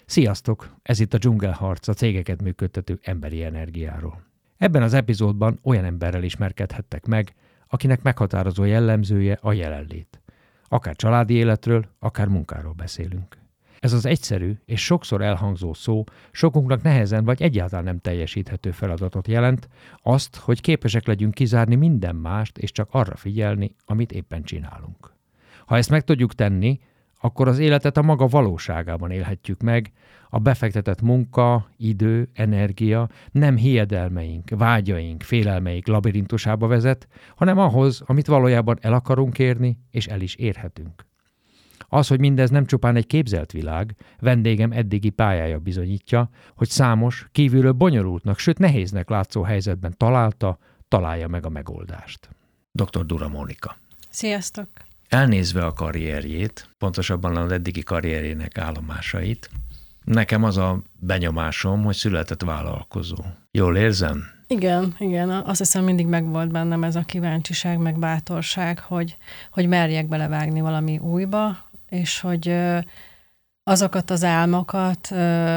Sziasztok! Ez itt a Dzsungelharc, a cégeket működtető emberi energiáról. Ebben az epizódban olyan emberrel ismerkedhettek meg, akinek meghatározó jellemzője a jelenlét. Akár családi életről, akár munkáról beszélünk. Ez az egyszerű és sokszor elhangzó szó sokunknak nehezen vagy egyáltalán nem teljesíthető feladatot jelent, azt, hogy képesek legyünk kizárni minden mást és csak arra figyelni, amit éppen csinálunk. Ha ezt meg tudjuk tenni, akkor az életet a maga valóságában élhetjük meg, a befektetett munka, idő, energia nem hiedelmeink, vágyaink, félelmeink labirintusába vezet, hanem ahhoz, amit valójában el akarunk érni, és el is érhetünk. Az, hogy mindez nem csupán egy képzelt világ, vendégem eddigi pályája bizonyítja, hogy számos, kívülről bonyolultnak, sőt nehéznek látszó helyzetben találja meg a megoldást. Dr. Dura Mónika. Sziasztok! Elnézve a karrierjét, pontosabban az eddigi karrierjének állomásait, nekem az a benyomásom, hogy született vállalkozó. Jól érzem? Igen. Azt hiszem mindig megvolt bennem ez a kíváncsiság, meg bátorság, hogy merjek belevágni valami újba, és hogy azokat az álmokat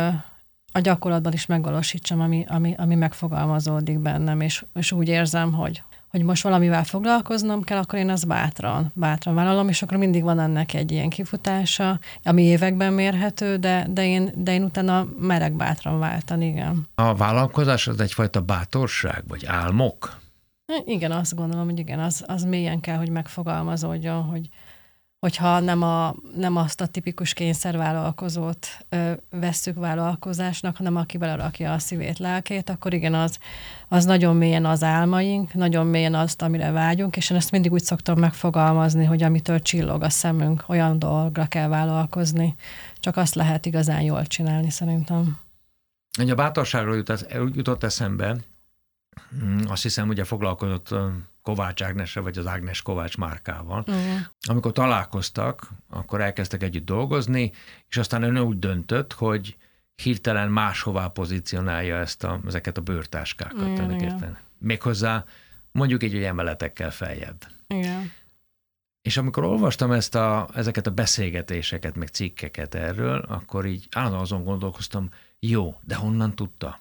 a gyakorlatban is megvalósítsam, ami megfogalmazódik bennem, és úgy érzem, hogy most valamivel foglalkoznom kell, akkor én azt bátran vállalom, és akkor mindig van ennek egy ilyen kifutása, ami években mérhető, de én utána merek bátran váltani, igen. A vállalkozás az egyfajta bátorság, vagy álmok? Igen, azt gondolom, hogy igen, az mélyen kell, hogy megfogalmazódjon, hogyha nem azt a tipikus kényszervállalkozót vesszük vállalkozásnak, hanem aki belerakja a szívét, lelkét, akkor igen, az nagyon mélyen az álmaink, nagyon mélyen azt, amire vágyunk, és én ezt mindig úgy szoktam megfogalmazni, hogy amitől csillog a szemünk, olyan dolgra kell vállalkozni, csak azt lehet igazán jól csinálni szerintem. A bátorságról jutott eszembe, azt hiszem, ugye foglalkozott Kovács Ágnessel, vagy az Ágnes Kovács márkával. Amikor találkoztak, akkor elkezdtek együtt dolgozni, és aztán ön úgy döntött, hogy hirtelen máshová pozícionálja ezeket a bőrtáskákat. Méghozzá mondjuk így, hogy emeletekkel feljebb. Igen. És amikor olvastam ezeket a beszélgetéseket, meg cikkeket erről, akkor így állandóan azon gondolkoztam, jó, de honnan tudta?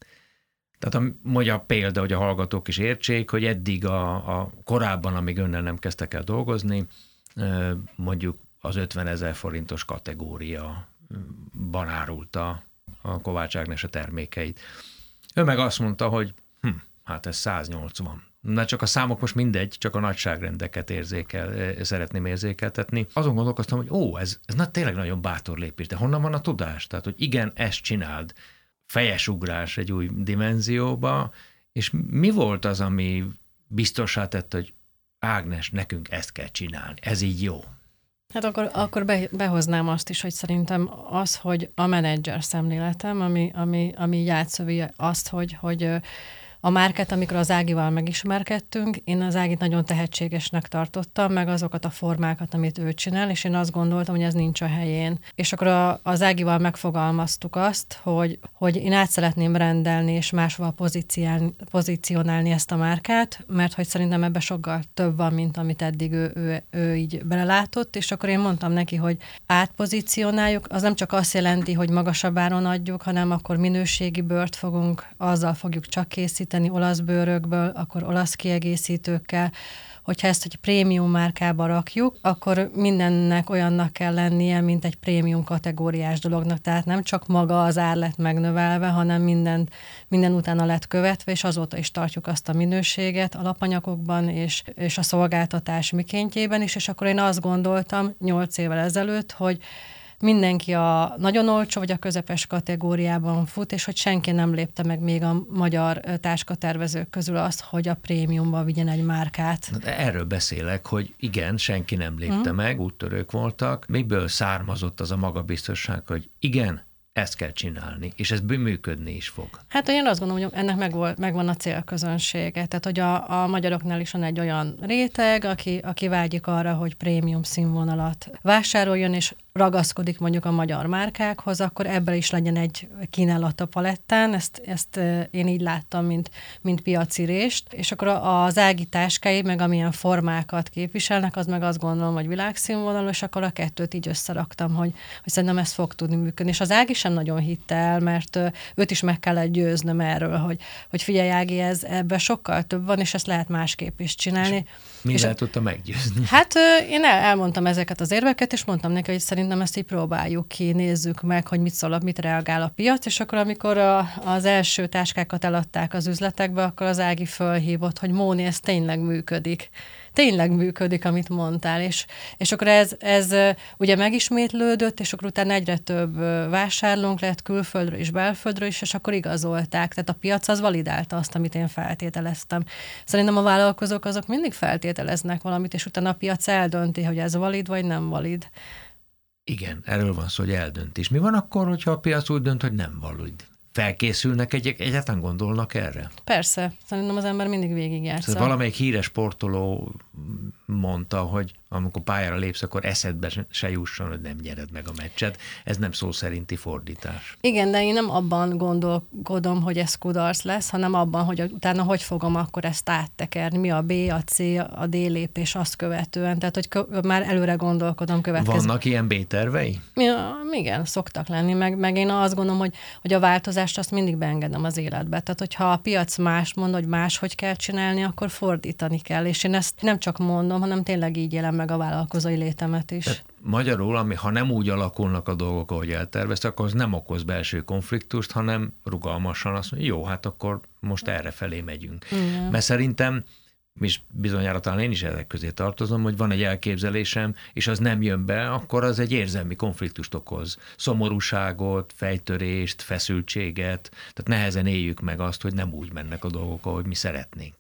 Tehát mondja a példa, hogy a hallgatók is értsék, hogy eddig a korábban, amíg önnel nem kezdtek el dolgozni, mondjuk az 50 000 forintos kategóriaban árulta a Kovács Ágnes a termékeit. Ő meg azt mondta, hogy hát ez 180. Na csak a számok most mindegy, csak a nagyságrendeket szeretném érzékeltetni. Azon gondolkoztam, hogy ez tényleg nagyon bátor lépés, de honnan van a tudás? Tehát, hogy igen, ezt csináld. Fejes ugrás egy új dimenzióba, és mi volt az, ami biztossá tett, hogy Ágnes, nekünk ezt kell csinálni, ez így jó? Hát akkor behoznám azt is, hogy szerintem az, hogy a menedzser szemléletem, ami játszövi azt, hogy a márkát, amikor az Ágival megismerkedtünk, én az Ágit nagyon tehetségesnek tartottam, meg azokat a formákat, amit ő csinál, és én azt gondoltam, hogy ez nincs a helyén. És akkor az Ágival megfogalmaztuk azt, hogy én át szeretném rendelni, és máshova pozícionálni ezt a márkát, mert hogy szerintem ebben sokkal több van, mint amit eddig ő így belelátott, és akkor én mondtam neki, hogy átpozícionáljuk, az nem csak azt jelenti, hogy magasabb áron adjuk, hanem akkor minőségi bőrt azzal fogjuk csak készíteni, olasz bőrökből, akkor olasz kiegészítőkkel. Hogyha ezt egy prémium márkába rakjuk, akkor mindennek olyannak kell lennie, mint egy prémium kategóriás dolognak. Tehát nem csak maga az ár lett megnövelve, hanem minden utána lett követve, és azóta is tartjuk azt a minőséget alapanyagokban és a szolgáltatás mikéntjében is. És akkor én azt gondoltam 8 évvel ezelőtt, hogy mindenki a nagyon olcsó vagy a közepes kategóriában fut, és hogy senki nem lépte meg még a magyar táskatervezők közül azt, hogy a prémiumba vigyen egy márkát. De erről beszélek, hogy igen, senki nem lépte meg, úttörők voltak. Miből származott az a magabiztosság, hogy igen, ezt kell csinálni, és ez működni is fog? Hát én azt gondolom, hogy ennek megvan a célközönsége. Tehát, hogy a magyaroknál is van egy olyan réteg, aki vágyik arra, hogy prémium színvonalat vásároljon, és ragaszkodik mondjuk a magyar márkákhoz, akkor ebből is legyen egy kínálat a palettán, ezt én így láttam, mint piaci rést, és akkor az Ági táskái, meg amilyen formákat képviselnek, az meg azt gondolom, hogy világszínvonalú, és akkor a kettőt így összeraktam, hogy szerintem ez fog tudni működni. És az Ági sem nagyon hitte el, mert őt is meg kellett győznöm erről, hogy figyelj Ági, ebben sokkal több van, és ezt lehet másképp is csinálni. Mivel tudta meggyőzni? Hát én elmondtam ezeket az érveket, és mondtam neki, hogy szerintem ezt így próbáljuk ki, nézzük meg, hogy mit reagál a piac, és akkor amikor az első táskákat eladták az üzletekbe, akkor az Ági fölhívott, hogy Móni, ez tényleg működik. Tényleg működik, amit mondtál, és akkor ez ugye megismétlődött, és akkor utána egyre több vásárlónk lett külföldről és belföldről is, és akkor igazolták. Tehát a piac az validálta azt, amit én feltételeztem. Szerintem a vállalkozók azok mindig feltételeznek valamit, és utána a piac eldönti, hogy ez valid vagy nem valid. Igen, erről van szó, hogy eldöntés. Mi van akkor, hogyha a piac úgy dönt, hogy nem valid? Felkészülnek, egyáltalán gondolnak erre? Persze, szerintem az ember mindig végigjátsza. Szóval valamelyik híres sportoló mondta, hogy amikor pályára lépsz, akkor eszedbe se jusson, hogy nem nyered meg a meccset. Ez nem szó szerinti fordítás. Igen, de én nem abban gondolkodom, hogy ez kudarc lesz, hanem abban, hogy utána hogy fogom akkor ezt áttekerni. Mi a B, a C, a D lépés azt követően. Tehát, hogy már előre gondolkodom következő. Vannak ilyen B-tervei? Ja, igen, szoktak lenni, meg én azt gondolom, hogy a változást azt mindig beengedem az életbe. Tehát, hogyha a piac más mond, hogy máshogy kell csinálni, akkor fordítani kell. És én ezt nem csak mondom, hanem tényleg így élem meg a vállalkozói létemet is. Tehát magyarul, ha nem úgy alakulnak a dolgok, ahogy elterveztek, akkor az nem okoz belső konfliktust, hanem rugalmasan azt mondja, jó, hát akkor most errefelé megyünk. Igen. Mert szerintem, és bizonyára talán én is ezek közé tartozom, hogy van egy elképzelésem, és az nem jön be, akkor az egy érzelmi konfliktust okoz. Szomorúságot, fejtörést, feszültséget, tehát nehezen éljük meg azt, hogy nem úgy mennek a dolgok, ahogy mi szeretnénk.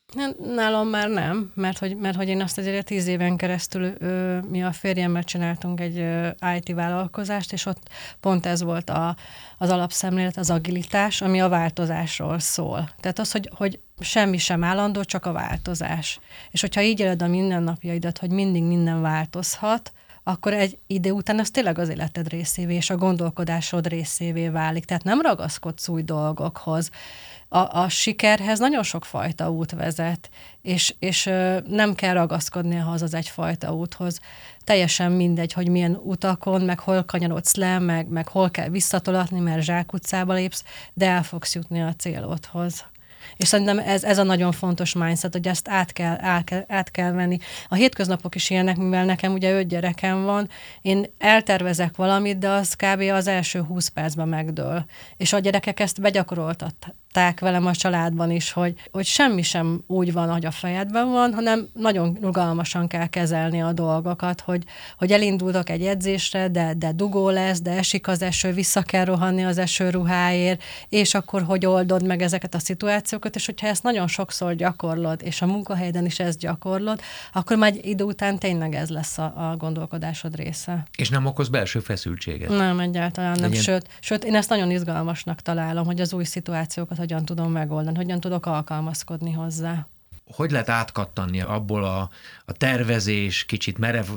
Nálam már nem, mert hogy én azt azért 10 éven keresztül mi a férjemmel csináltunk egy IT vállalkozást, és ott pont ez volt az alapszemlélet, az agilitás, ami a változásról szól. Tehát az, hogy semmi sem állandó, csak a változás. És hogyha így éled a mindennapjaidat, hogy mindig minden változhat, akkor egy idő után ez tényleg az életed részévé, és a gondolkodásod részévé válik. Tehát nem ragaszkodsz új dolgokhoz. A sikerhez nagyon sok fajta út vezet, és nem kell ragaszkodni ahhoz az egyfajta úthoz. Teljesen mindegy, hogy milyen utakon, meg hol kanyarodsz le, meg hol kell visszatolatni, mert zsákutcába lépsz, de el fogsz jutni a célodhoz. És szerintem ez a nagyon fontos mindset, hogy ezt át kell venni. A hétköznapok is ilyenek, mivel nekem ugye 5 gyerekem van, én eltervezek valamit, de az kb. Az első 20 percben megdől. És a gyerekek ezt begyakoroltatták velem a családban is, hogy semmi sem úgy van, ahogy a fejedben van, hanem nagyon rugalmasan kell kezelni a dolgokat, hogy elindultok egy edzésre, de dugó lesz, de esik az eső, vissza kell rohanni az esőruháért, és akkor hogy oldod meg ezeket a szituációkat, és hogyha ezt nagyon sokszor gyakorlod, és a munkahelyeden is ezt gyakorlod, akkor már egy idő után tényleg ez lesz a gondolkodásod része. És nem okoz belső feszültséget? Nem, egyáltalán nem. Sőt, én ezt nagyon izgalmasnak találom, hogy az új szituációkat hogyan tudom megoldani, hogyan tudok alkalmazkodni hozzá. Hogy lehet átkattanni abból a tervezés, kicsit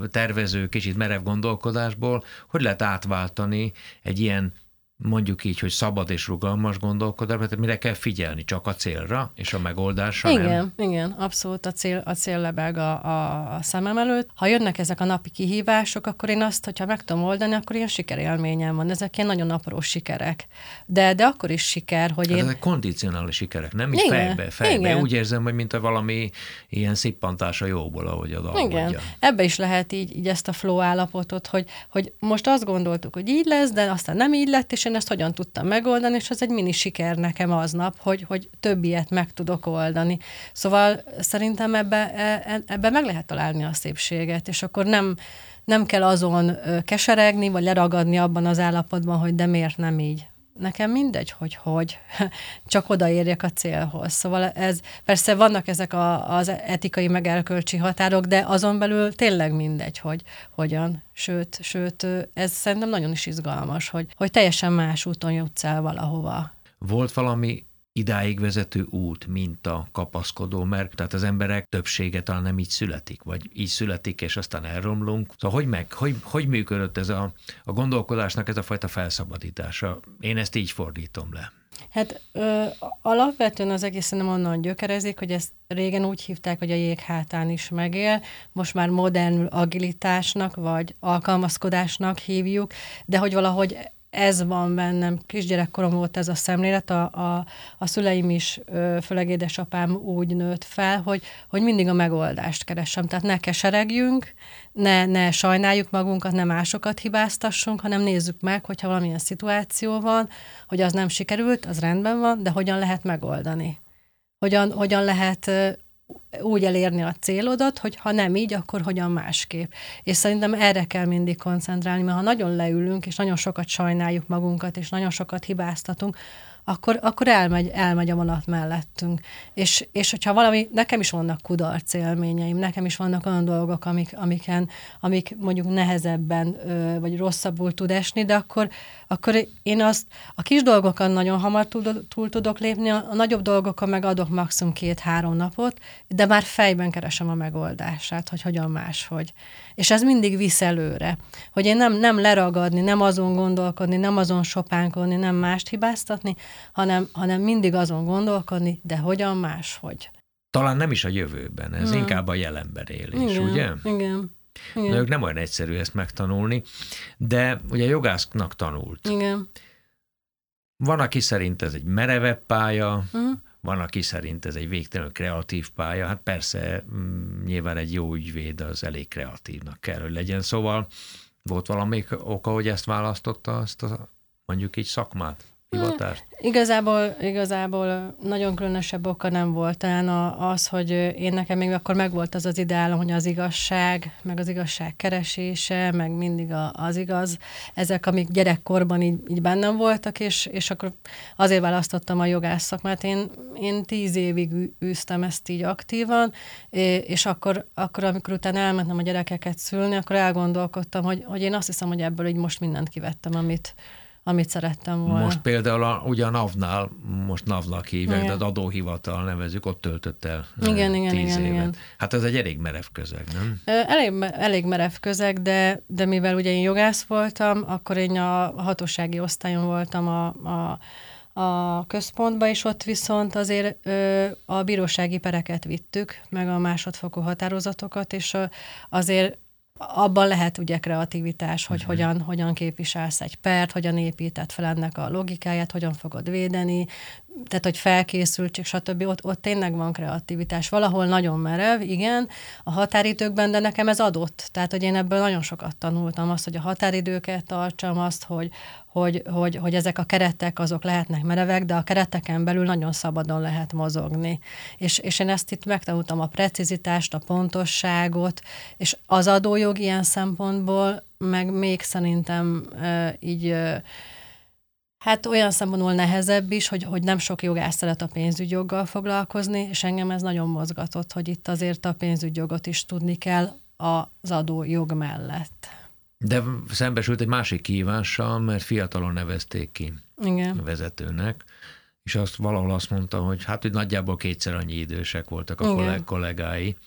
merev gondolkodásból, hogy lehet átváltani egy ilyen, mondjuk így, hogy szabad és rugalmas gondolkodás, tehát mire kell figyelni? Csak a célra és a megoldásra? Igen, abszolút a cél lebeg a szemem előtt. Ha jönnek ezek a napi kihívások, akkor én azt, hogyha meg tudom oldani, akkor ilyen sikerélményem van. Ezek ilyen nagyon apró sikerek. De akkor is siker, hogy én... Ezek kondicionális sikerek, nem? Így fejbe. Úgy érzem, hogy mint a valami ilyen szippantás a jóból, ahogy a dal mondja. Ebbe is lehet így ezt a flow állapotot, hogy most azt gondoltuk, hogy így lesz, de aztán nem így lett, és én ezt hogyan tudtam megoldani, és az egy mini siker nekem aznap, hogy több ilyet meg tudok oldani. Szóval szerintem ebbe meg lehet találni a szépséget, és akkor nem kell azon keseregni, vagy leragadni abban az állapotban, hogy de miért nem így. Nekem mindegy, hogy csak odaérjek a célhoz. Szóval persze vannak ezek az etikai meg erkölcsi határok, de azon belül tényleg mindegy, hogy hogyan. Sőt, ez szerintem nagyon is izgalmas, hogy teljesen más úton jutsz el valahova. Volt valami idáig vezető út, minta, kapaszkodó, mert tehát az emberek többsége talán nem így születik, vagy így születik, és aztán elromlunk. Szóval hogy működött ez a gondolkodásnak ez a fajta felszabadítása? Én ezt így fordítom le. Hát alapvetően az egész nem onnan gyökerezik, hogy ezt régen úgy hívták, hogy a jég hátán is megél, most már modern agilitásnak, vagy alkalmazkodásnak hívjuk, de hogy valahogy ez van bennem, kisgyerekkorom volt ez a szemlélet, a szüleim is, főleg édesapám úgy nőtt fel, hogy mindig a megoldást keresem. Tehát ne keseregjünk, ne sajnáljuk magunkat, ne másokat hibáztassunk, hanem nézzük meg, hogyha valamilyen szituáció van, hogy az nem sikerült, az rendben van, de hogyan lehet megoldani. Hogyan lehet úgy elérni a célodat, hogy ha nem így, akkor hogyan másképp. És szerintem erre kell mindig koncentrálni, mert ha nagyon leülünk, és nagyon sokat sajnáljuk magunkat, és nagyon sokat hibáztatunk, akkor elmegy a vonat mellettünk. És hogyha valami, nekem is vannak kudarc élményeim, nekem is vannak olyan dolgok, amik mondjuk nehezebben, vagy rosszabbul tud esni, de akkor én azt, a kis dolgokon nagyon hamar túl tudok lépni, a nagyobb dolgokon meg adok maximum 2-3 napot, de már fejben keresem a megoldását, hogy hogyan máshogy. És ez mindig visz előre. Hogy én nem leragadni, nem azon gondolkodni, nem azon sopánkodni, nem mást hibáztatni, hanem mindig azon gondolkodni, de hogyan máshogy. Talán nem is a jövőben, ez inkább a jelenben élés, igen, ugye? Igen. Nők nem olyan egyszerű ezt megtanulni, de ugye jogásznak tanult. Igen. Van, aki szerint ez egy merevebb pálya, van, aki szerint ez egy végtelenül kreatív pálya. Hát persze, nyilván egy jó ügyvéd az elég kreatívnak kell, hogy legyen. Szóval volt valami oka, hogy ezt választotta, azt a, mondjuk így szakmát, hivatást? Igazából nagyon különösebb oka nem volt. Talán az, hogy én nekem még akkor megvolt az ideálom, hogy az igazság, meg az igazság keresése, meg mindig az igaz. Ezek, amik gyerekkorban így bennem voltak, és akkor azért választottam a jogász szakmát. Én 10 évig űztem ezt így aktívan, és akkor amikor utána elmentem a gyerekeket szülni, akkor elgondolkodtam, hogy én azt hiszem, hogy ebből így most mindent kivettem, amit szerettem volna. Most például ugye a NAV-nál, most NAV-nak hívják, de az adóhivatal nevezzük, ott töltött el 10 évet. Igen. Hát ez egy elég merev közeg, nem? Elég merev közeg, de mivel ugye én jogász voltam, akkor én a hatósági osztályon voltam a központba, és ott viszont azért a bírósági pereket vittük, meg a másodfokú határozatokat, és azért abban lehet ugye kreativitás, hogy hogyan képviselsz egy pert, hogyan építed fel ennek a logikáját, hogyan fogod védeni, tehát hogy felkészültség, stb. Ott tényleg van kreativitás. Valahol nagyon merev, igen, a határidőkben, de nekem ez adott. Tehát, hogy én ebből nagyon sokat tanultam, azt, hogy a határidőket tartsam, azt, hogy ezek a keretek azok lehetnek merevek, de a kereteken belül nagyon szabadon lehet mozogni. És én ezt itt megtanultam, a precizitást, a pontosságot, és az adójog ilyen szempontból, meg még szerintem így hát olyan szempontból nehezebb is, hogy nem sok jogász szeret a pénzügyjoggal foglalkozni, és engem ez nagyon mozgatott, hogy itt azért a pénzügyjogot is tudni kell az adójog mellett. De szembesült egy másik kihívással, mert fiatalon nevezték ki Igen. vezetőnek, és valahol azt mondta, hogy hát, hogy nagyjából 2-szer annyi idősek voltak a kollégái.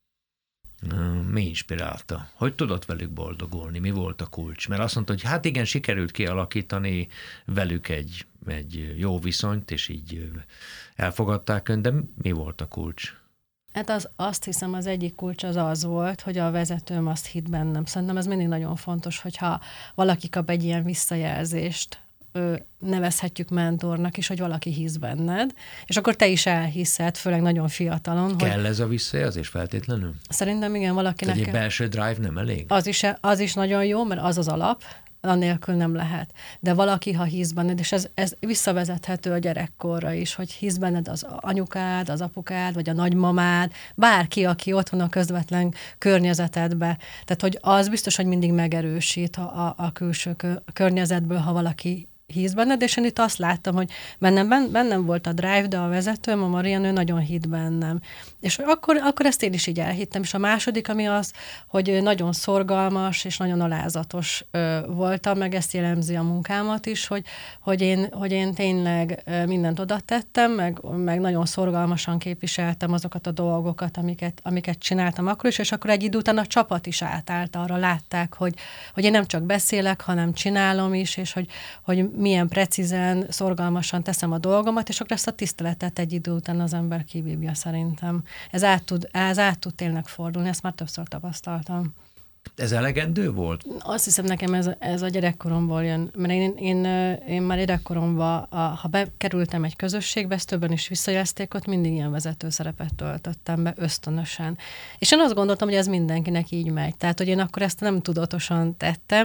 Mi inspirálta? Hogy tudott velük boldogulni? Mi volt a kulcs? Mert azt mondta, hogy hát igen, sikerült kialakítani velük egy jó viszonyt, és így elfogadták ön, de mi volt a kulcs? Hát azt hiszem, az egyik kulcs az volt, hogy a vezetőm azt hitt bennem. Szerintem ez mindig nagyon fontos, hogyha valaki kap egy ilyen visszajelzést, nevezhetjük mentornak is, hogy valaki hisz benned, és akkor te is elhiszed, főleg nagyon fiatalon. Kell ez a visszajelzés feltétlenül? Szerintem igen, valakinek... Tehát egy belső drive nem elég? Az is nagyon jó, mert az alap, annélkül nem lehet. De valaki, ha hisz benned, és ez visszavezethető a gyerekkorra is, hogy hisz benned az anyukád, az apukád, vagy a nagymamád, bárki, aki ott van a közvetlen környezetedbe. Tehát, hogy az biztos, hogy mindig megerősít a külső környezetből, ha valaki hisz benned, és én itt azt láttam, hogy bennem volt a drive, de a vezetőm, a Marian, ő nagyon hitt bennem. És akkor ezt én is így elhittem. És a második, ami az, hogy nagyon szorgalmas és nagyon alázatos voltam, meg ezt jellemzi a munkámat is, hogy én tényleg mindent oda tettem, meg nagyon szorgalmasan képviseltem azokat a dolgokat, amiket csináltam akkor is, és akkor egy idő után a csapat is átállt arra, látták, hogy én nem csak beszélek, hanem csinálom is, és hogy milyen precízen, szorgalmasan teszem a dolgomat, és akkor ezt a tiszteletet egy idő után az ember kivívja szerintem. Ez át tud tényleg fordulni, ezt már többször tapasztaltam. Ez elegendő volt? Azt hiszem, nekem ez a gyerekkoromból jön, mert én már gyerekkoromban, ha bekerültem egy közösségbe, ezt többen is visszajelezték, ott mindig ilyen vezető szerepet töltöttem be ösztönösen. És én azt gondoltam, hogy ez mindenkinek így megy. Tehát, hogy én akkor ezt nem tudatosan tettem,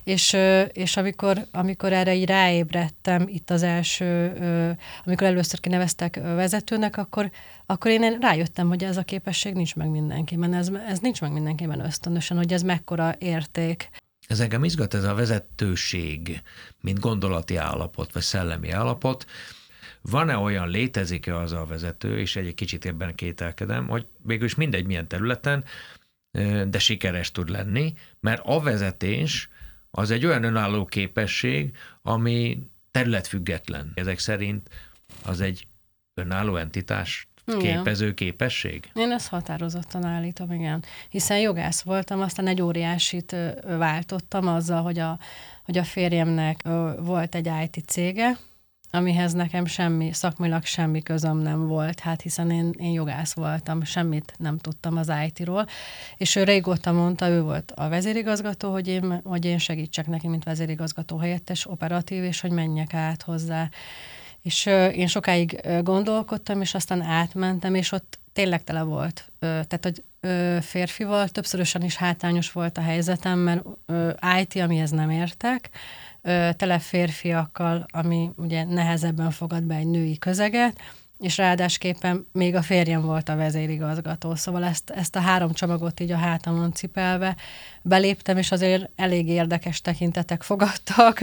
és amikor erre így ráébredtem itt az első, amikor először kineveztek vezetőnek, akkor én rájöttem, hogy ez a képesség nincs meg mindenkiben, ez nincs meg mindenkiben ösztönösen, hogy ez mekkora érték. Ez engem izgat, ez a vezetőség, mint gondolati állapot, vagy szellemi állapot. Van-e olyan, létezik-e az a vezető, és egy kicsit ebben kételkedem, hogy végülis mindegy milyen területen, de sikeres tud lenni, mert a vezetés az egy olyan önálló képesség, ami területfüggetlen. Ezek szerint az egy önálló entitás, képező képesség? Én ezt határozottan állítom, igen. Hiszen jogász voltam, aztán egy óriásit váltottam azzal, hogy a férjemnek volt egy IT cége, amihez nekem szakmailag semmi közöm nem volt, hát hiszen én jogász voltam, semmit nem tudtam az IT-ról, és ő régóta mondta, ő volt a vezérigazgató, hogy én segítsek neki, mint vezérigazgató helyettes, operatív, és hogy menjek át hozzá. És én sokáig gondolkodtam, és aztán átmentem, és ott tényleg tele volt. Tehát, hogy férfival többszörösen is hátrányos volt a helyzetem, mert IT, amihez nem értek, tele férfiakkal, ami ugye nehezebben fogad be egy női közeget, és ráadásképpen még a férjem volt a vezérigazgató. Szóval ezt a 3 csomagot így a hátamon cipelve beléptem, és azért elég érdekes tekintetek fogadtak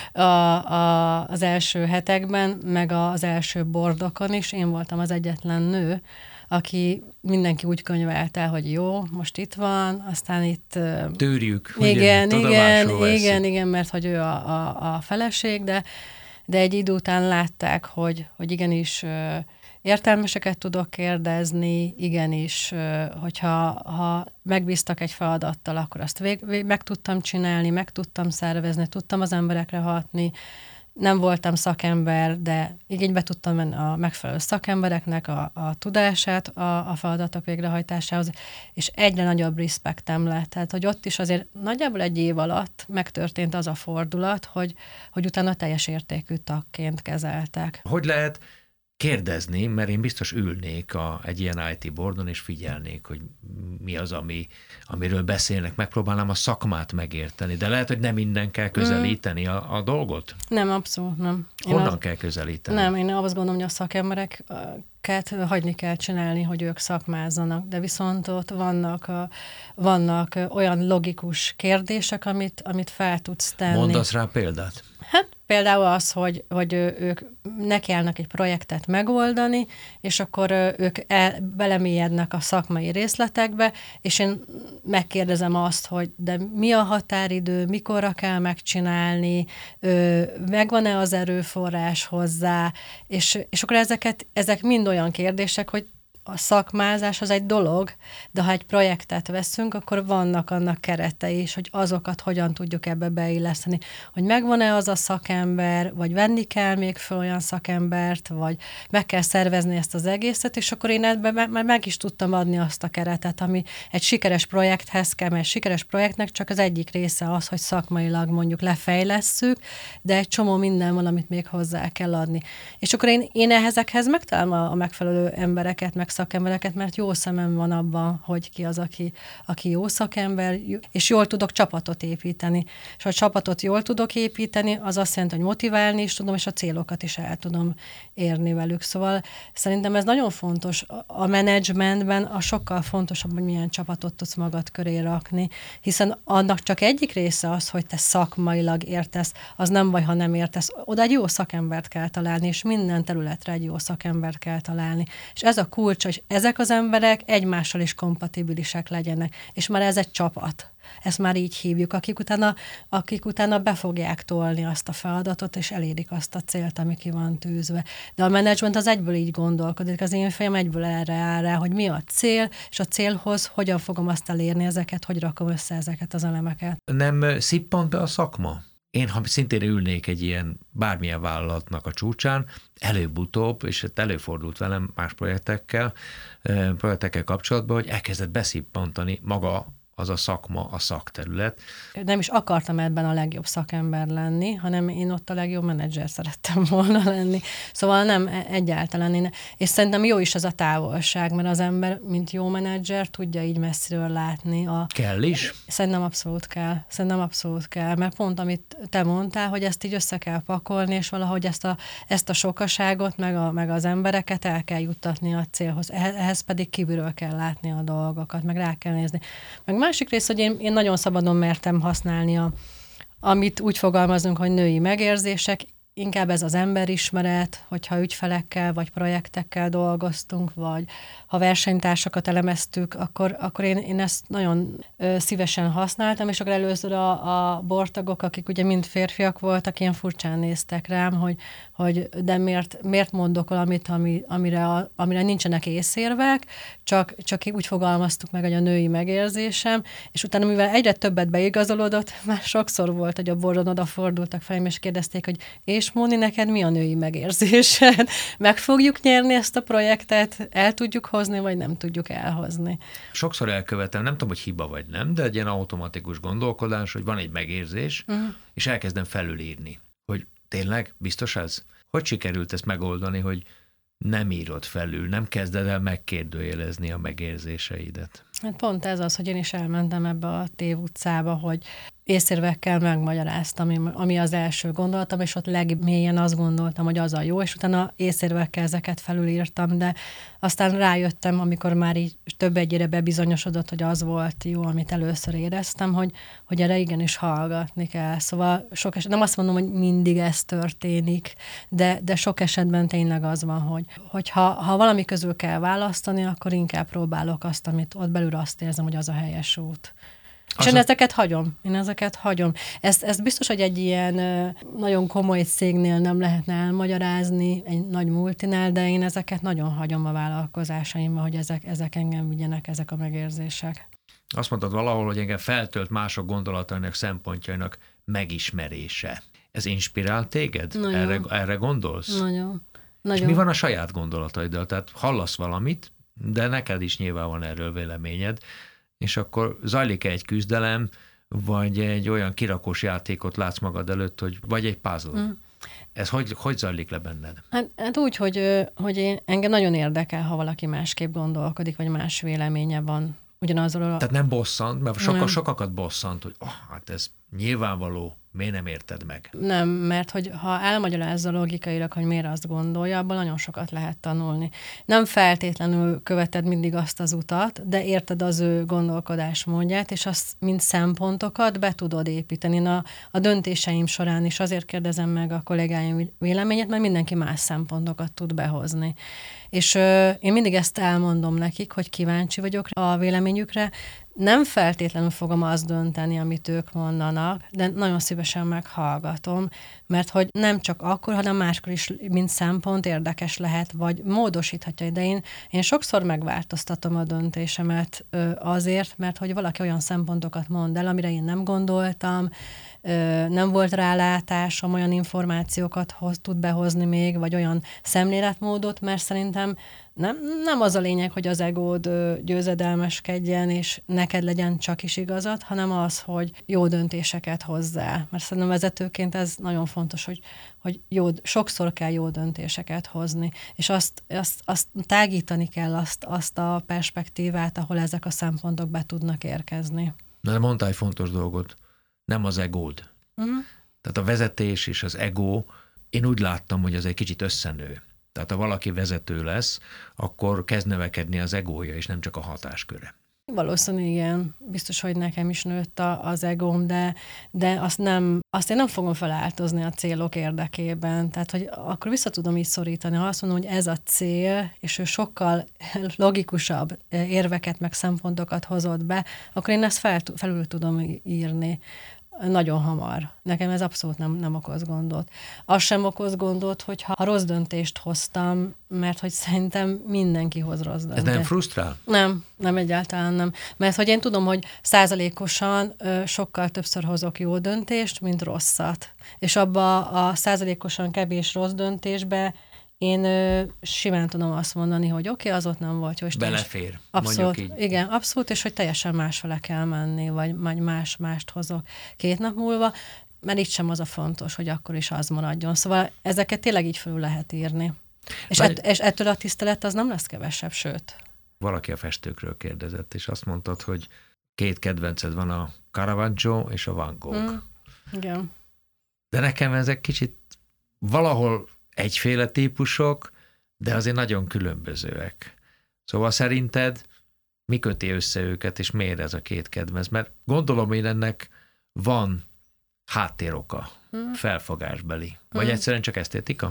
az első hetekben, meg az első bordokon is. Én voltam az egyetlen nő, aki mindenki úgy könyvelte, hogy jó, most itt van, aztán itt... Tűrjük. Igen, mert hogy ő a feleség, de egy idő után látták, hogy igenis értelmeseket tudok kérdezni, igenis, hogyha megbíztak egy feladattal, akkor azt meg tudtam csinálni, meg tudtam szervezni, tudtam az emberekre hatni. Nem voltam szakember, de igénybe tudtam venni a megfelelő szakembereknek a tudását a feladatok végrehajtásához, és egyre nagyobb respektem lett. Tehát, hogy ott is azért nagyjából egy év alatt megtörtént az a fordulat, hogy utána teljes értékű tagként kezeltek. Hogy lehet kérdezni, mert én biztos ülnék egy ilyen IT boardon, és figyelnék, hogy mi az, amiről beszélnek, megpróbálnám a szakmát megérteni, de lehet, hogy nem minden kell közelíteni a dolgot? Nem, abszolút nem. Honnan kell közelíteni? Nem, én azt gondolom, hogy a szakembereket hagyni kell csinálni, hogy ők szakmázzanak, de viszont ott vannak olyan logikus kérdések, amit fel tudsz tenni. Mondasz rá példát? Hát például az, hogy ők nekiállnak egy projektet megoldani, és akkor ők belemélyednek a szakmai részletekbe, és én megkérdezem azt, hogy de mi a határidő, mikorra kell megcsinálni, megvan-e az erőforrás hozzá, és akkor ezek mind olyan kérdések, hogy a szakmázás az egy dolog, de ha egy projektet veszünk, akkor vannak annak keretei is, hogy azokat hogyan tudjuk ebbe beilleszteni. Hogy megvan-e az a szakember, vagy venni kell még fel olyan szakembert, vagy meg kell szervezni ezt az egészet, és akkor én ebben már meg is tudtam adni azt a keretet, ami egy sikeres projekthez kell, mert sikeres projektnek csak az egyik része az, hogy szakmailag mondjuk lefejlesszük, de egy csomó minden van, amit még hozzá kell adni. És akkor én ezekhez megtalálom a megfelelő embereket, meg szakembereket, mert jó szemem van abban, hogy ki az, aki jó szakember, és jól tudok csapatot építeni. És ha a csapatot jól tudok építeni, az azt jelenti, hogy motiválni is tudom, és a célokat is el tudom érni velük. Szóval szerintem ez nagyon fontos. A menedzsmentben a sokkal fontosabb, hogy milyen csapatot tudsz magad köré rakni, hiszen annak csak egyik része az, hogy te szakmailag értesz, az nem baj, ha nem értesz. Oda egy jó szakembert kell találni, és minden területre egy jó szakembert kell találni. És ez a kulcsa, és ezek az emberek egymással is kompatibilisek legyenek. És már ez egy csapat. Ezt már így hívjuk, akik utána be fogják tolni azt a feladatot, és elérik azt a célt, ami ki van tűzve. De a menedzsment az egyből így gondolkodik, az én fejem egyből erre áll rá, hogy mi a cél, és a célhoz hogyan fogom azt elérni ezeket, hogy rakom össze ezeket az elemeket. Nem szippant be a szakma? Én, ha szintén ülnék egy ilyen bármilyen vállalatnak a csúcsán, előbb-utóbb, és előfordult velem más projektekkel kapcsolatban, hogy elkezdett beszippantani maga az a szakma, a szakterület. Nem is akartam ebben a legjobb szakember lenni, hanem én ott a legjobb menedzser szerettem volna lenni. Szóval nem egyáltalán. És szerintem jó is ez a távolság, mert az ember, mint jó menedzser, tudja így messziről látni. Kell is? Szerintem abszolút kell. Mert pont, amit te mondtál, hogy ezt így össze kell pakolni, és valahogy ezt a sokaságot, meg az embereket el kell juttatni a célhoz. Ehhez pedig kívülről kell látni a dolgokat, meg rá kell nézni. Meg másik rész, hogy én nagyon szabadon mertem használni, amit úgy fogalmazunk, hogy női megérzések, inkább ez az emberismeret, hogyha ügyfelekkel vagy projektekkel dolgoztunk, vagy ha versenytársakat elemeztük, akkor én ezt nagyon szívesen használtam, és akkor először a bortagok, akik ugye mind férfiak voltak, ilyen furcsán néztek rám, hogy de miért mondok valamit, amire nincsenek észérvek, csak úgy fogalmaztuk meg, hogy a női megérzésem, és utána, mivel egyre többet beigazolódott, már sokszor volt, hogy a bordon odafordultak felém, és kérdezték, hogy és Móni, neked mi a női megérzésed? Meg fogjuk nyerni ezt a projektet? El tudjuk hozni, vagy nem tudjuk elhozni? Sokszor elkövetem, nem tudom, hogy hiba vagy nem, de egy ilyen automatikus gondolkodás, hogy van egy megérzés, és elkezdem felülírni, hogy tényleg biztos ez? Hogy sikerült ezt megoldani, hogy nem írod felül, nem kezded el megkérdőjelezni a megérzéseidet? Hát pont ez az, hogy én is elmentem ebbe a tévutcába, hogy észérvekkel megmagyaráztam, ami az első gondolatom, és ott legmélyen azt gondoltam, hogy az a jó, és utána észérvekkel ezeket felülírtam, de aztán rájöttem, amikor már így több egyére bebizonyosodott, hogy az volt jó, amit először éreztem, hogy erre igenis hallgatni kell. Szóval nem azt mondom, hogy mindig ez történik, de sok esetben tényleg az van, hogy ha valami közül kell választani, akkor inkább próbálok azt, amit ott belül azt érzem, hogy az a helyes út. És én ezeket hagyom. Ezt biztos, hogy egy ilyen nagyon komoly cégnél nem lehetne elmagyarázni, egy nagy multinál, de én ezeket nagyon hagyom a vállalkozásaimban, hogy ezek engem vigyenek, ezek a megérzések. Azt mondtad valahol, hogy engem feltölt mások gondolatainak, szempontjainak megismerése. Ez inspirál téged? Erre gondolsz? Nagyon. És mi van a saját gondolataiddal? Tehát hallasz valamit, de neked is nyilván van erről véleményed, és akkor zajlik egy küzdelem, vagy egy olyan kirakós játékot látsz magad előtt, vagy egy puzzle. Ez hogy zajlik le benned? Hát úgy, hogy engem nagyon érdekel, ha valaki másképp gondolkodik, vagy más véleménye van ugyanazról. Tehát nem bosszant, mert sokakat bosszant, hogy hát ez nyilvánvaló, miért nem érted meg? Nem, mert hogy ha elmagyarázza logikailag, hogy miért azt gondolja, abban nagyon sokat lehet tanulni. Nem feltétlenül követed mindig azt az utat, de érted az ő gondolkodásmódját, és azt mint szempontokat be tudod építeni. A döntéseim során is azért kérdezem meg a kollégáim véleményét, mert mindenki más szempontokat tud behozni. És én mindig ezt elmondom nekik, hogy kíváncsi vagyok a véleményükre. Nem feltétlenül fogom azt dönteni, amit ők mondanak, de nagyon szívesen meghallgatom, mert hogy nem csak akkor, hanem máskor is, mint szempont érdekes lehet, vagy módosíthatja. De én sokszor megváltoztatom a döntésemet azért, mert hogy valaki olyan szempontokat mond el, amire én nem gondoltam, nem volt rálátásom, olyan információkat tud behozni még, vagy olyan szemléletmódot, mert szerintem nem az a lényeg, hogy az egód győzedelmeskedjen, és neked legyen csak is igazad, hanem az, hogy jó döntéseket hozzál. Mert szerintem vezetőként ez nagyon fontos, hogy sokszor kell jó döntéseket hozni, és azt tágítani kell azt a perspektívát, ahol ezek a szempontok be tudnak érkezni. De mondtál egy fontos dolgot, nem az egód. Tehát a vezetés és az ego, én úgy láttam, hogy az egy kicsit összenő. Tehát ha valaki vezető lesz, akkor kezd növekedni az egója, és nem csak a hatásköre. Valószínűleg igen. Biztos, hogy nekem is nőtt az egóm, de azt én nem fogom feláltozni a célok érdekében. Tehát, hogy akkor vissza tudom így szorítani. Ha azt mondom, hogy ez a cél, és ő sokkal logikusabb érveket, meg szempontokat hozott be, akkor én ezt felül tudom írni. Nagyon hamar. Nekem ez abszolút nem okoz gondot. Az sem okoz gondot, hogyha rossz döntést hoztam, mert hogy szerintem mindenki hoz rossz döntést. Ez nem frusztrál? Nem egyáltalán nem. Mert hogy én tudom, hogy százalékosan sokkal többször hozok jó döntést, mint rosszat. És abba a százalékosan kevés rossz döntésbe én simán tudom azt mondani, hogy oké, az ott nem volt jó. Belefér, abszolút, mondjuk így. Igen, abszolút, és hogy teljesen másfele kell menni, vagy mást hozok 2 nap múlva, mert itt sem az a fontos, hogy akkor is az maradjon. Szóval ezeket tényleg így felül lehet írni. És ettől a tisztelet az nem lesz kevesebb, sőt. Valaki a festőkről kérdezett, és azt mondtad, hogy 2 kedvenced van, a Caravaggio és a Van Gogh. Igen. De nekem ezek kicsit valahol egyféle típusok, de azért nagyon különbözőek. Szóval szerinted mi köti össze őket, és miért ez a 2 kedvenc? Mert gondolom, hogy ennek van háttéroka, felfogásbeli. Vagy egyszerűen csak esztétika?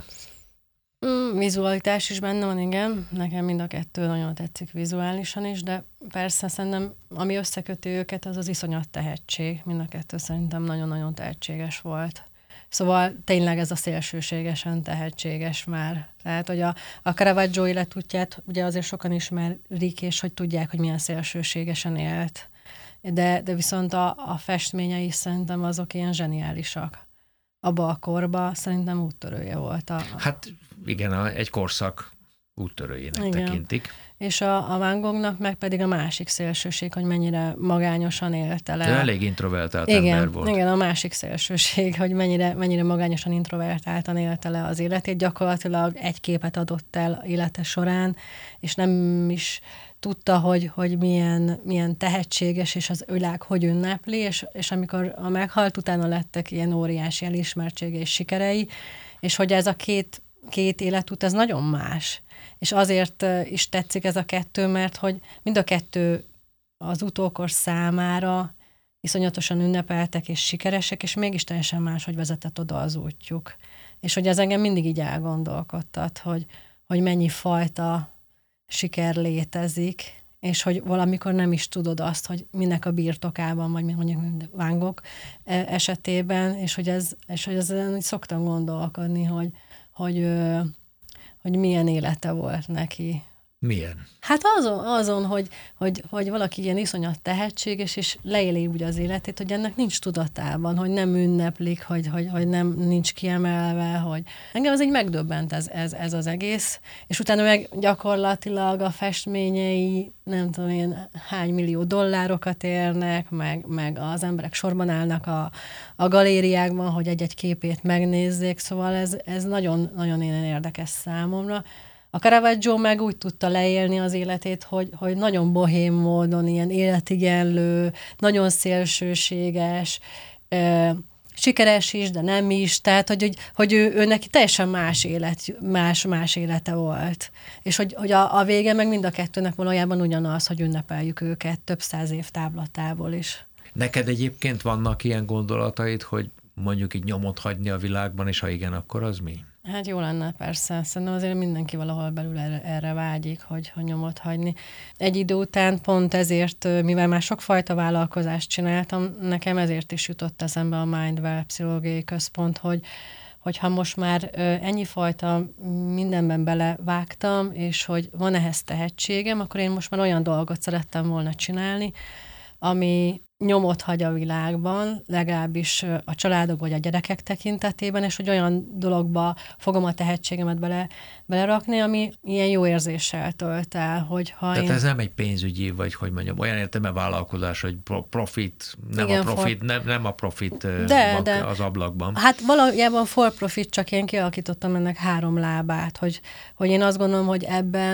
Vizualitás is benne van, igen. Nekem mind a 2 nagyon tetszik vizuálisan is, de persze szerintem, ami összeköti őket, az iszonyat tehetség. Mind a 2 szerintem nagyon-nagyon tehetséges volt. Szóval tényleg ez a szélsőségesen tehetséges már. Tehát, hogy a Caravaggio életútját ugye azért sokan ismerik, és hogy tudják, hogy milyen szélsőségesen élt. De viszont a festményei szerintem azok ilyen zseniálisak. Abba a korba szerintem úttörője volt. Hát igen, egy korszak úttörőjének tekintik. És a Van Goghnak meg pedig a másik szélsőség, hogy mennyire magányosan élte le. Ő elég introvertált ember volt. Igen, a másik szélsőség, hogy mennyire magányosan introvertáltan élte le az életét. Gyakorlatilag egy képet adott el élete során, és nem is tudta, hogy milyen tehetséges, és az világ hogy ünnepli, és amikor meghalt, utána lettek ilyen óriási elismertsége és sikerei, és hogy ez a két életút, ez nagyon más. És azért is tetszik ez a 2, mert hogy mind a 2 az utókor számára iszonyatosan ünnepeltek és sikeresek, és mégis teljesen más, hogy vezetett oda az útjuk. És hogy ez engem mindig így elgondolkodtat, hogy mennyi fajta siker létezik, és hogy valamikor nem is tudod azt, hogy minek a birtokában, vagy mondjuk Van Gogh esetében, és hogy ezen szoktam gondolkodni, hogy milyen élete volt neki. Milyen? Hát azon hogy valaki ilyen iszonyat tehetséges, és leéli úgy az életét, hogy ennek nincs tudatában, hogy nem ünneplik, hogy nincs kiemelve, hogy engem az így megdöbbent ez az egész, és utána meg gyakorlatilag a festményei nem tudom én hány millió dollárokat érnek, meg az emberek sorban állnak a galériákban, hogy egy-egy képét megnézzék, szóval ez nagyon-nagyon érdekes számomra. A Caravaggio meg úgy tudta leélni az életét, hogy nagyon bohém módon, ilyen életigenlő, nagyon szélsőséges, sikeres is, de nem is, tehát hogy ő neki teljesen más élete volt. És hogy a vége meg mind a 2-nek valójában ugyanaz, hogy ünnepeljük őket több 100 év távlatából is. Neked egyébként vannak ilyen gondolataid, hogy mondjuk így nyomot hagyni a világban, és ha igen, akkor az mi? Hát jó lenne, persze. Szerintem azért mindenki valahol belül erre vágyik, hogy nyomot hagyni. Egy idő után pont ezért, mivel már sokfajta vállalkozást csináltam, nekem ezért is jutott eszembe a Mindwell Pszichológiai Központ, hogy ha most már ennyi fajta mindenben belevágtam, és hogy van ehhez tehetségem, akkor én most már olyan dolgot szerettem volna csinálni, ami nyomot hagy a világban, legalábbis a családok vagy a gyerekek tekintetében, és hogy olyan dologba fogom a tehetségemet belerakni, ami ilyen jó érzéssel tölt el, hogy ha Tehát én... ez nem egy pénzügyi, vagy hogy mondjam, olyan értelme vállalkozás, hogy profit, nem Igen, a profit, nem a profit de az ablakban. Hát valójában for profit, csak én kialakítottam ennek 3 lábát, hogy én azt gondolom, hogy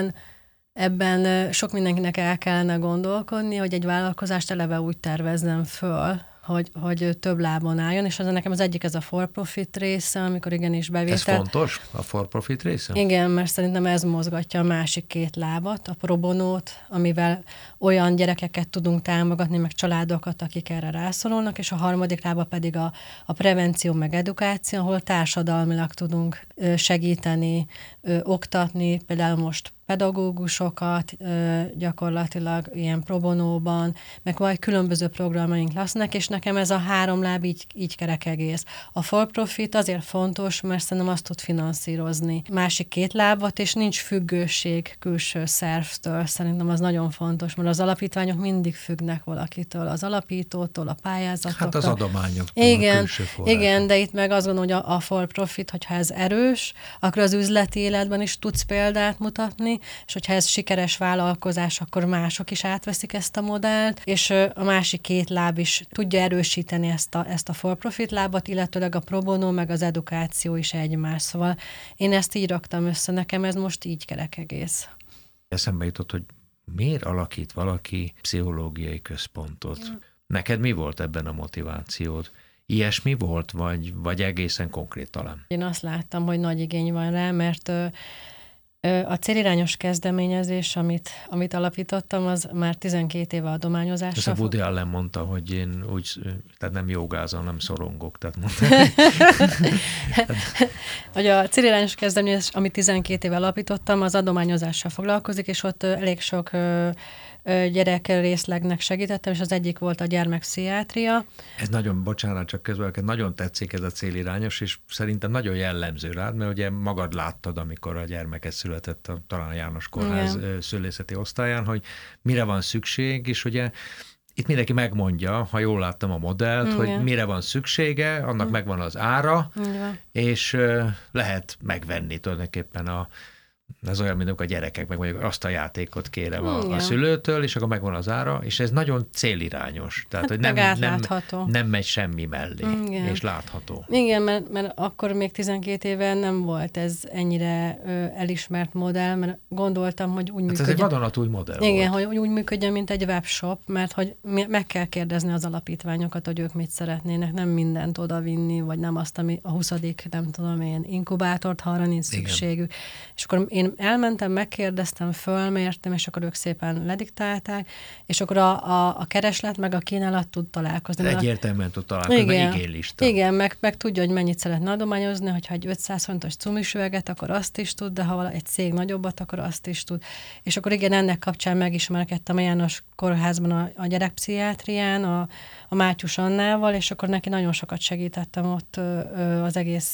ebben sok mindenkinek el kellene gondolkodni, hogy egy vállalkozást eleve úgy tervezzem föl, hogy több lábon álljon, és nekem az egyik ez a for-profit része, amikor igenis bevételt. Ez fontos, a for-profit része? Igen, mert szerintem ez mozgatja a másik 2 lábat, a pro bonót, amivel olyan gyerekeket tudunk támogatni, meg családokat, akik erre rászorulnak, és a harmadik lába pedig a prevenció, meg edukáció, ahol társadalmilag tudunk segíteni, oktatni, például most pedagógusokat gyakorlatilag ilyen pro bonóban, meg vagy különböző programjaink lesznek, és nekem ez a 3 láb így kerek egész. A for-profit azért fontos, mert szerintem azt tud finanszírozni másik 2 lábat, és nincs függőség külső szervtől. Szerintem az nagyon fontos, mert az alapítványok mindig függnek valakitől, az alapítótól, a pályázatoktól. Hát az adományoktól, igen, a külső forrás. Igen, de itt meg azt gondolom, hogy a for-profit, hogyha ez erős, akkor az üzleti életben is tudsz példát mutatni, és hogyha ez sikeres vállalkozás, akkor mások is átveszik ezt a modellt, és a másik 2 láb is tudja erősíteni ezt a for-profit lábat, illetőleg a pro bono, meg az edukáció is egymás. Szóval én ezt így raktam össze, nekem ez most így kerek egész. Eszembe jutott, hogy miért alakít valaki pszichológiai központot? Neked mi volt ebben a motivációd? Ilyesmi volt, vagy egészen konkrét talán? Én azt láttam, hogy nagy igény van rá, mert a célirányos kezdeményezés, amit alapítottam, az már 12 éve adományozásra. Ez a Woody Allen mondta, hogy én úgy, tehát nem jogázom, nem szorongok. Tehát mondta. Hogy a célirányos kezdeményezés, amit 12 éve alapítottam, az adományozással foglalkozik, és ott elég sok gyerek részlegnek segítettem, és az egyik volt a gyermekpszichiátria. Ez nagyon, bocsánat, csak közben, nagyon tetszik ez a célirányos, és szerintem nagyon jellemző rád, mert ugye magad láttad, amikor a gyermeket született, talán a János Kórház szülészeti osztályán, hogy mire van szükség, és ugye itt mindenki megmondja, ha jól láttam a modellt, hogy mire van szüksége, annak megvan az ára, és lehet megvenni tulajdonképpen ez olyan, mint amikor a gyerekek meg mondjuk azt a játékot kérem a szülőtől, és akkor megvan az ára, és ez nagyon célirányos. Tehát, hogy nem megy semmi mellé, és látható. Igen, mert akkor még 12 éve nem volt ez ennyire elismert modell, mert gondoltam, hogy úgy működjön. Ez egy vadonatúj modell igen, volt. hogy úgy működjön, mint egy webshop, mert hogy meg kell kérdezni az alapítványokat, hogy ők mit szeretnének, nem mindent odavinni, vagy nem azt, ami a 20. nem tudom én, inkubátort, ha arra nincs szükségük. És akkor én elmentem, megkérdeztem, fölmértem, és akkor ők szépen lediktálták, és akkor a kereslet meg a kínálat tud találkozni. Egyértelműen tud találkozni, meg igénylista. Igen, meg tudja, hogy mennyit szeretne adományozni, hogyha egy 500 fontos cumisüveget, akkor azt is tud, de ha egy cég nagyobbat, akkor azt is tud. És akkor igen, ennek kapcsán megismerkedtem a János Kórházban a gyerekpszichiátrián, a Mátyus Annával, és akkor neki nagyon sokat segítettem ott az egész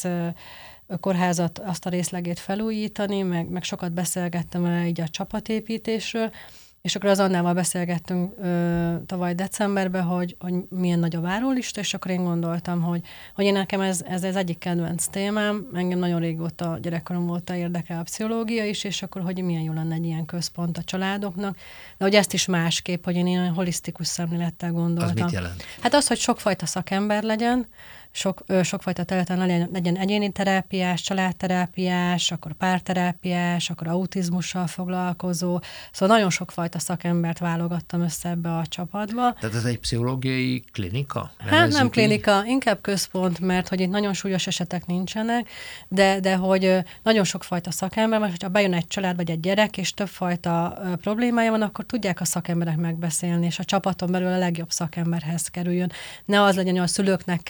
kórházat, azt a részlegét felújítani, meg sokat beszélgettem így a csapatépítésről, és akkor az Annával beszélgettünk tavaly decemberben, hogy milyen nagy a várólista, és akkor én gondoltam, hogy én nekem ez egyik kedvenc témám, engem nagyon régóta, gyerekkorom óta érdekel a pszichológia is, és akkor hogy milyen jó lenne egy ilyen központ a családoknak, de hogy ezt is másképp, hogy én ilyen holisztikus szemlélettel gondoltam. Az mit jelent? Hát az, hogy sokfajta szakember legyen, sokfajta területen legyen egyéni terápiás, családterápiás, akkor párterápiás, akkor autizmussal foglalkozó. Szóval nagyon sokfajta szakembert válogattam össze ebbe a csapatba. Tehát ez egy pszichológiai klinika? Hát nem klinika, inkább központ, mert hogy itt nagyon súlyos esetek nincsenek, de hogy nagyon sokfajta szakember, mert hogyha bejön egy család vagy egy gyerek, és többfajta problémája van, akkor tudják a szakemberek megbeszélni, és a csapaton belül a legjobb szakemberhez kerüljön. Ne az legyen, hogy a szülőknek kell átmenni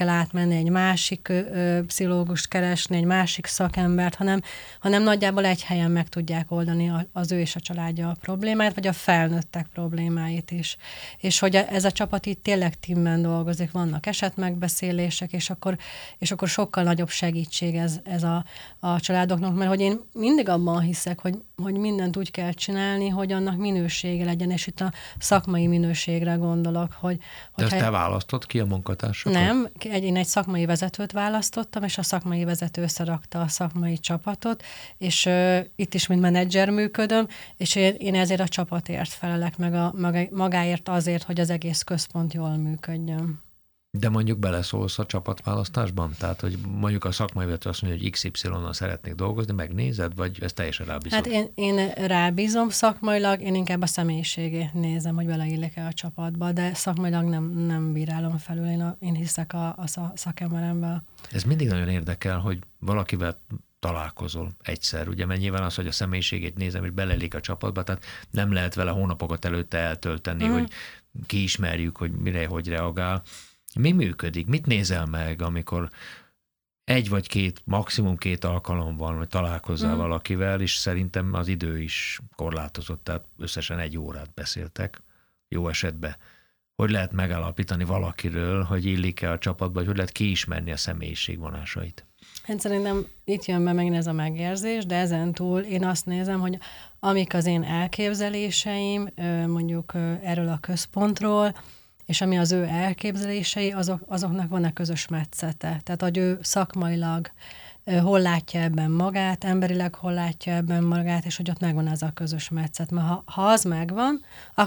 menni, egy másik pszichológust keresni, egy másik szakembert, hanem nagyjából egy helyen meg tudják oldani az ő és a családja a problémáit, vagy a felnőttek problémáit is. És hogy ez a csapat itt tényleg teamben dolgozik, vannak esetmegbeszélések, és akkor sokkal nagyobb segítség ez a családoknak, mert hogy én mindig abban hiszek, hogy mindent úgy kell csinálni, hogy annak minősége legyen, és itt a szakmai minőségre gondolok, hogy... De ezt te választott ki a munkatársakat? Nem, én egy szakmai vezetőt választottam, és a szakmai vezető összerakta a szakmai csapatot, és itt is mint menedzser működöm, és én ezért a csapatért felelek, meg magáért azért, hogy az egész központ jól működjön. De mondjuk beleszólsz a csapatválasztásban? Tehát, hogy mondjuk a szakmai vezető azt mondja, hogy XY-nal szeretnék dolgozni, megnézed, vagy ezt teljesen rábízod? Hát én rábízom szakmailag, én inkább a személyiségét nézem, hogy beleillik-e a csapatba, de szakmailag nem bírálom felül, én hiszek a szakemberemben. Ez mindig nagyon érdekel, hogy valakivel találkozol egyszer, ugye, mert nyilván az, hogy a személyiségét nézem, és beleillik a csapatba, tehát nem lehet vele hónapokat előtte eltölteni, hogy kiismerjük, hogy mire, hogy reagál. Mi működik? Mit nézel meg, amikor egy vagy két, maximum 2 alkalom van, hogy találkozzál valakivel, és szerintem az idő is korlátozott, tehát összesen 1 órát beszéltek, jó esetben. Hogy lehet megállapítani valakiről, hogy illik-e a csapatba, hogy lehet kiismerni a személyiségvonásait? Hát szerintem itt jön be megint ez a megérzés, de ezen túl én azt nézem, hogy amik az én elképzeléseim, mondjuk erről a központról, és ami az ő elképzelései, azoknak van-e közös metszete. Tehát, hogy ő szakmailag hol látja ebben magát, emberileg hol látja ebben magát, és hogy ott megvan ez a közös metszet. Mert ha az megvan,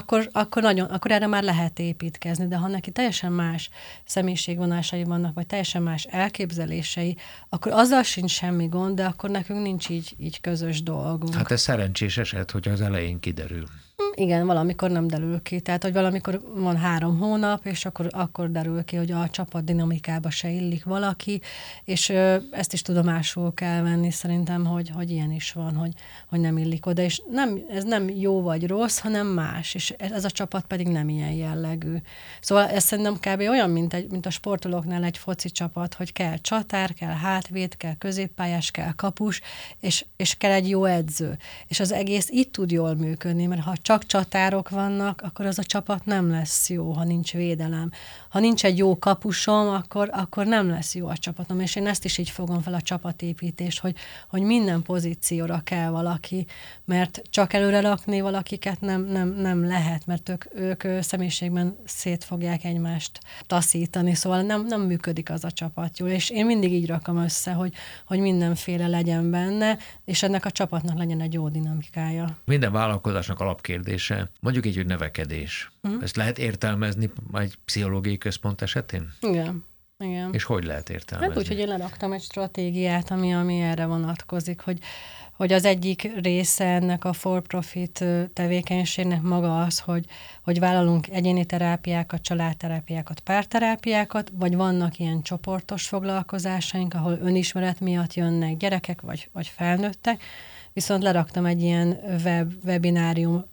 akkor erre már lehet építkezni, de ha neki teljesen más személyiségvonásai vannak, vagy teljesen más elképzelései, akkor azzal sincs semmi gond, de akkor nekünk nincs így közös dolgunk. Hát ez szerencsés eset, hogy az elején kiderül. Igen, valamikor nem derül ki. Tehát, hogy valamikor van 3 hónap, és akkor derül ki, hogy a csapat dinamikába se illik valaki, és ezt is tudomásul kell venni szerintem, hogy ilyen is van, hogy nem illik oda. És ez nem jó vagy rossz, hanem más, és ez a csapat pedig nem ilyen jellegű. Szóval ez szerintem kb. Olyan, mint a sportolóknál egy foci csapat, hogy kell csatár, kell hátvéd, kell középpályás, kell kapus, és kell egy jó edző. És az egész itt tud jól működni, mert ha csak csatárok vannak, akkor az a csapat nem lesz jó, ha nincs védelem. Ha nincs egy jó kapusom, akkor nem lesz jó a csapatom, és én ezt is így fogom fel a csapatépítést, hogy minden pozícióra kell valaki, mert csak előre rakni valakiket nem lehet, mert ők személyiségben szét fogják egymást taszítani, szóval nem működik az a csapat jól, és én mindig így rakom össze, hogy mindenféle legyen benne, és ennek a csapatnak legyen egy jó dinamikája. Minden vállalkozásnak alapkérdése, mondjuk így, hogy növekedés. Ezt lehet értelmezni egy pszichológiai központ esetén? Igen. És hogy lehet értelmezni? Hát úgy, hogy én leraktam egy stratégiát, ami erre vonatkozik, hogy az egyik része ennek a for-profit tevékenységnek maga az, hogy vállalunk egyéni terápiákat, családterápiákat, párterápiákat, vagy vannak ilyen csoportos foglalkozásaink, ahol önismeret miatt jönnek gyerekek vagy felnőttek, viszont leraktam egy ilyen webinárium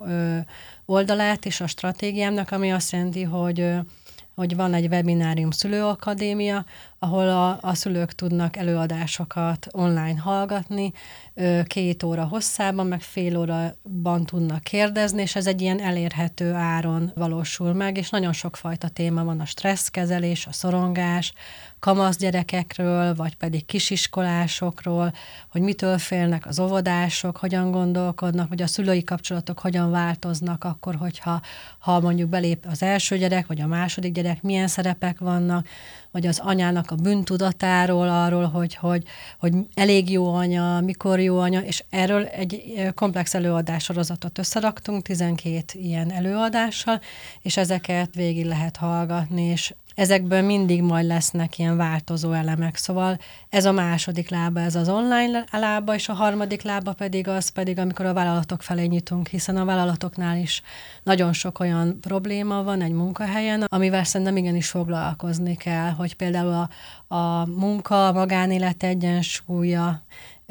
oldalát is a stratégiámnak, ami azt jelenti, hogy van egy webinárium szülőakadémia, ahol a szülők tudnak előadásokat online hallgatni, 2 óra hosszában, meg fél óraban tudnak kérdezni, és ez egy ilyen elérhető áron valósul meg, és nagyon sokfajta téma van, a stresszkezelés, a szorongás, kamasz gyerekekről, vagy pedig kisiskolásokról, hogy mitől félnek az óvodások, hogyan gondolkodnak, vagy a szülői kapcsolatok hogyan változnak akkor, hogyha mondjuk belép az első gyerek, vagy a második gyerek, milyen szerepek vannak, vagy az anyának a bűntudatáról, arról, hogy elég jó anya, mikor jó anya, és erről egy komplex előadássorozatot összeraktunk, 12 ilyen előadással, és ezeket végig lehet hallgatni, és ezekből mindig majd lesznek ilyen változó elemek. Szóval ez a második lába, ez az online lába, és a harmadik lába pedig az, amikor a vállalatok felé nyitunk, hiszen a vállalatoknál is nagyon sok olyan probléma van egy munkahelyen, amivel szerintem igenis foglalkozni kell, hogy például a munka, a magánélet egyensúlya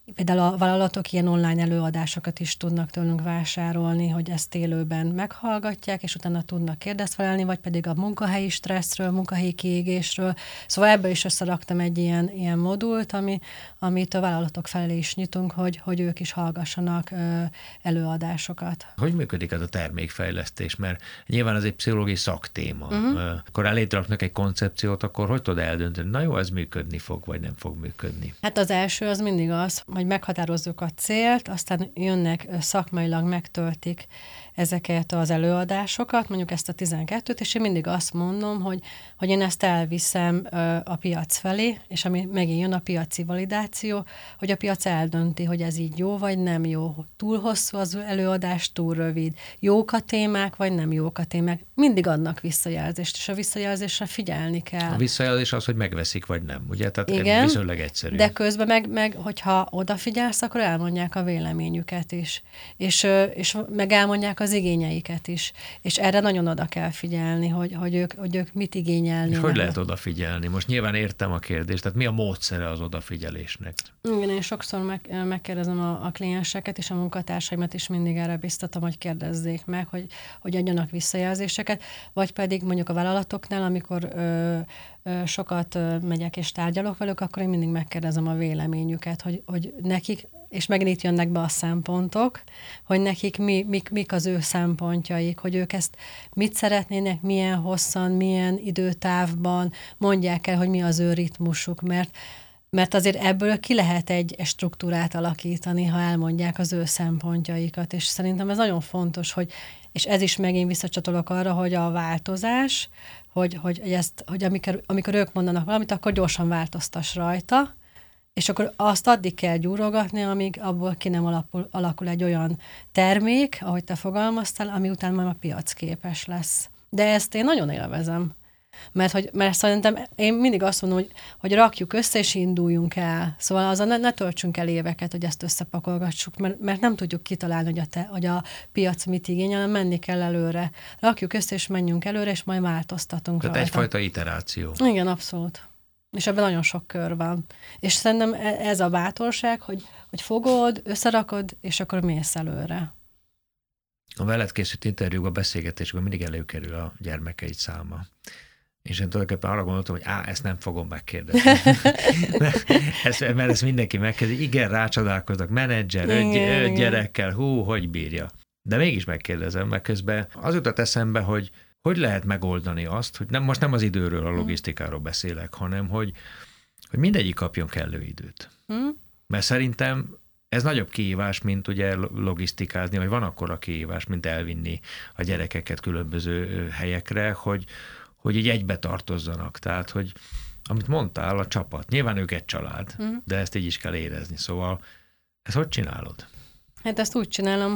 Például a vállalatok ilyen online előadásokat is tudnak tőlünk vásárolni, hogy ezt élőben meghallgatják, és utána tudnak kérdezfelelni, vagy pedig a munkahelyi stresszről, munkahelyi kiégésről. Szóval ebből is összeraktam egy ilyen modult, amit a vállalatok felé is nyitunk, hogy ők is hallgassanak előadásokat. Hogy működik ez a termékfejlesztés? Mert nyilván ez egy pszichológiai szaktéma. Akkor eléd raknak egy koncepciót, akkor hogy tudod eldönteni? Na jó, ez működni fog, vagy nem fog működni? Hát az első az mindig az, hogy meghatározzuk a célt, aztán jönnek szakmailag megtöltik ezeket az előadásokat, mondjuk ezt a 12-t, és én mindig azt mondom, hogy én ezt elviszem a piac felé, és ami megint jön a piaci validáció, hogy a piac eldönti, hogy ez így jó, vagy nem jó. Túl hosszú az előadás, túl rövid. Jók a témák, vagy nem jók a témák. Mindig adnak visszajelzést, és a visszajelzésre figyelni kell. A visszajelzés az, hogy megveszik, vagy nem, ugye? Tehát igen, viszonylag egyszerű. De közben meg hogyha odafigyelsz, akkor elmondják a véleményüket is. És meg elmondják az igényeiket is. És erre nagyon oda kell figyelni, hogy ők mit igényelnének. És hogy lehet odafigyelni? Most nyilván értem a kérdést, tehát mi a módszere az odafigyelésnek? Igen, én sokszor megkérdezem a klienseket, és a munkatársaimat is mindig erre biztatom, hogy kérdezzék meg, hogy adjanak visszajelzéseket, vagy pedig mondjuk a vállalatoknál, amikor sokat megyek és tárgyalok velük, akkor én mindig megkérdezem a véleményüket, hogy nekik, és megint itt jönnek be a szempontok, hogy nekik mik az ő szempontjaik, hogy ők ezt mit szeretnének, milyen hosszan, milyen időtávban, mondják el, hogy mi az ő ritmusuk, mert azért ebből ki lehet egy struktúrát alakítani, ha elmondják az ő szempontjaikat, és szerintem ez nagyon fontos, és ez is megint visszacsatolok arra, hogy a változás, hogy amikor ők mondanak valamit, akkor gyorsan változtass rajta, és akkor azt addig kell gyúrogatni, amíg abból ki nem alakul egy olyan termék, ahogy te fogalmaztál, ami után már a piac képes lesz. De ezt én nagyon élvezem. Mert szerintem én mindig azt mondom, hogy rakjuk össze, és induljunk el. Szóval azzal ne töltsünk el éveket, hogy ezt összepakolgassuk, mert nem tudjuk kitalálni, hogy a piac mit igényel, menni kell előre. Rakjuk össze, és menjünk előre, és majd változtatunk Tehát rajta. egyfajta iteráció. Igen, abszolút. És ebben nagyon sok kör van. És szerintem ez a bátorság, hogy fogod, összerakod, és akkor mész előre. A veled készült interjúban, beszélgetésben mindig előkerül a gyermekeid száma. És én tulajdonképpen arra gondoltam, hogy ezt nem fogom megkérdezni. mert ezt mindenki megkérdezi. Igen, rácsodálkoznak, menedzser, öt gyerekkel, hogy bírja. De mégis megkérdezem, mert közben az jutott eszembe, hogy lehet megoldani azt, hogy most nem az időről, a logisztikáról beszélek, hanem hogy mindegyik kapjon kellő időt. Mert szerintem ez nagyobb kihívás, mint ugye logisztikázni, vagy van akkora kihívás, mint elvinni a gyerekeket különböző helyekre, hogy így egybe tartozzanak. Tehát, hogy amit mondtál, a csapat. Nyilván ők egy család, de ezt így is kell érezni. Szóval ezt hogy csinálod? Hát ezt úgy csinálom,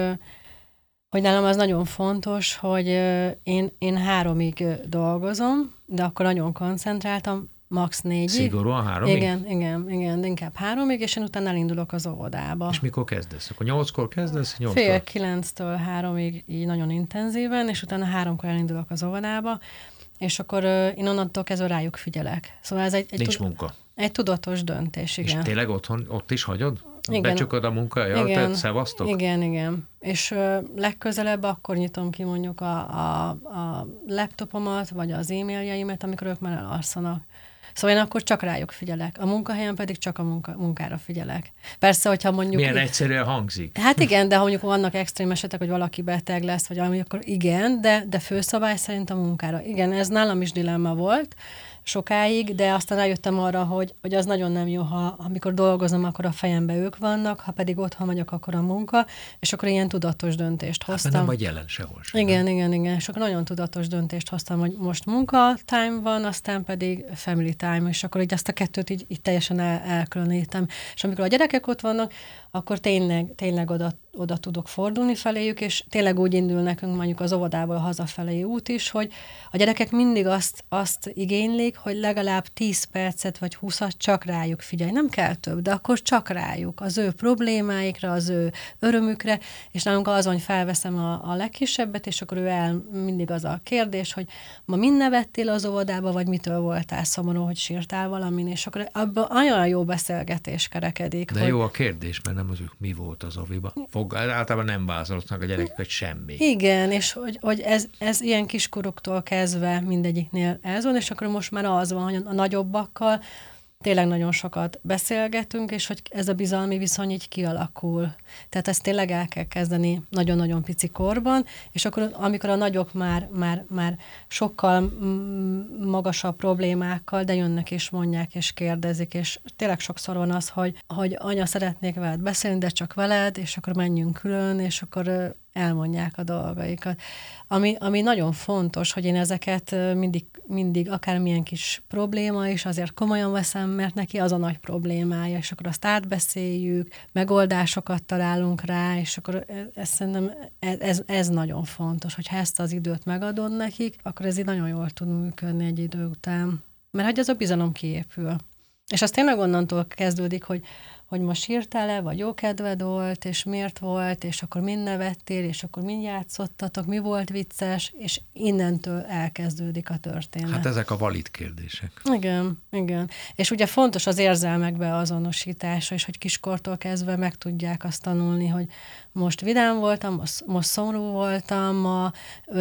hogy nálam az nagyon fontos, hogy én 3-ig dolgozom, de akkor nagyon koncentráltam, max. 4-ig. Szigorúan 3-ig? Igen, inkább 3-ig, és én utána elindulok az óvodába. És mikor kezdesz? Akkor 8-kor kezdesz? 8-kor? Fél 9-től 3-ig így nagyon intenzíven, és utána 3-kor elindulok az óvodába, és akkor én onnantól kezdve rájuk figyelek. Szóval ez nincs munka. Egy tudatos döntés, igen. És tényleg otthon, ott is hagyod? Igen. Becsukod a munkáját, tehát szevasztok? Igen. És legközelebb akkor nyitom ki mondjuk a laptopomat, vagy az e-mailjeimet, amikor ők már elalszanak. Szóval én akkor csak rájuk figyelek. A munkahelyen pedig csak a munkára figyelek. Persze, hogyha mondjuk... Milyen egyszerűen hangzik. Hát igen, de ha mondjuk vannak extrém esetek, hogy valaki beteg lesz, vagy valami, akkor igen, de főszabály szerint a munkára. Igen, ez nálam is dilemma volt sokáig, de aztán rájöttem arra, hogy az nagyon nem jó, ha amikor dolgozom, akkor a fejembe ők vannak, ha pedig otthon vagyok, akkor a munka, és akkor ilyen tudatos döntést hoztam. Hát nem vagy jelen sehol sem. Igen, és akkor nagyon tudatos döntést hoztam, hogy most munka time van, aztán pedig family time, és akkor így azt a kettőt így teljesen elkülönítem. És amikor a gyerekek ott vannak, akkor tényleg oda tudok fordulni feléjük, és tényleg úgy indul nekünk mondjuk az óvodából a hazafelé út is, hogy a gyerekek mindig azt igénylik, hogy legalább 10 percet vagy 20-at csak rájuk figyelj. Nem kell több, de akkor csak rájuk, az ő problémáikra, az ő örömükre, és nálunk azon, hogy felveszem a legkisebbet, és akkor mindig az a kérdés, hogy ma mind nevettél az óvodába, vagy mitől voltál szomorú, hogy sírtál valamin, és akkor abban olyan jó beszélgetés kerekedik. De jó a kérdés, mert nem az ők mi volt az oviba. Általában nem vázolnak a gyerekeket semmi. Igen, és hogy ez ilyen kiskoruktól kezdve mindegyiknél ez van, és akkor most már az van, hogy a nagyobbakkal tényleg nagyon sokat beszélgetünk, és hogy ez a bizalmi viszony így kialakul. Tehát ezt tényleg el kell kezdeni nagyon-nagyon pici korban, és akkor amikor a nagyok már sokkal magasabb problémákkal, de jönnek és mondják és kérdezik, és tényleg sokszor van az, hogy anya, szeretnék veled beszélni, de csak veled, és akkor menjünk külön, és akkor elmondják a dolgaikat. Ami nagyon fontos, hogy én ezeket mindig akármilyen kis probléma is azért komolyan veszem, mert neki az a nagy problémája, és akkor azt átbeszéljük, megoldásokat találunk rá, és akkor szerintem ez nagyon fontos, hogy ha ezt az időt megadod nekik, akkor ez így nagyon jól tud működni egy idő után. Mert hogy ez a bizalom kiépül. És az tényleg onnantól kezdődik, hogy most sírtál-e, vagy jó kedved volt, és miért volt, és akkor mind nevettél, és akkor mind játszottatok, mi volt vicces, és innentől elkezdődik a történet. Hát ezek a valid kérdések. Igen. És ugye fontos az érzelmek beazonosítása, és hogy kiskortól kezdve meg tudják azt tanulni, hogy most vidám voltam, most szomorú voltam, ma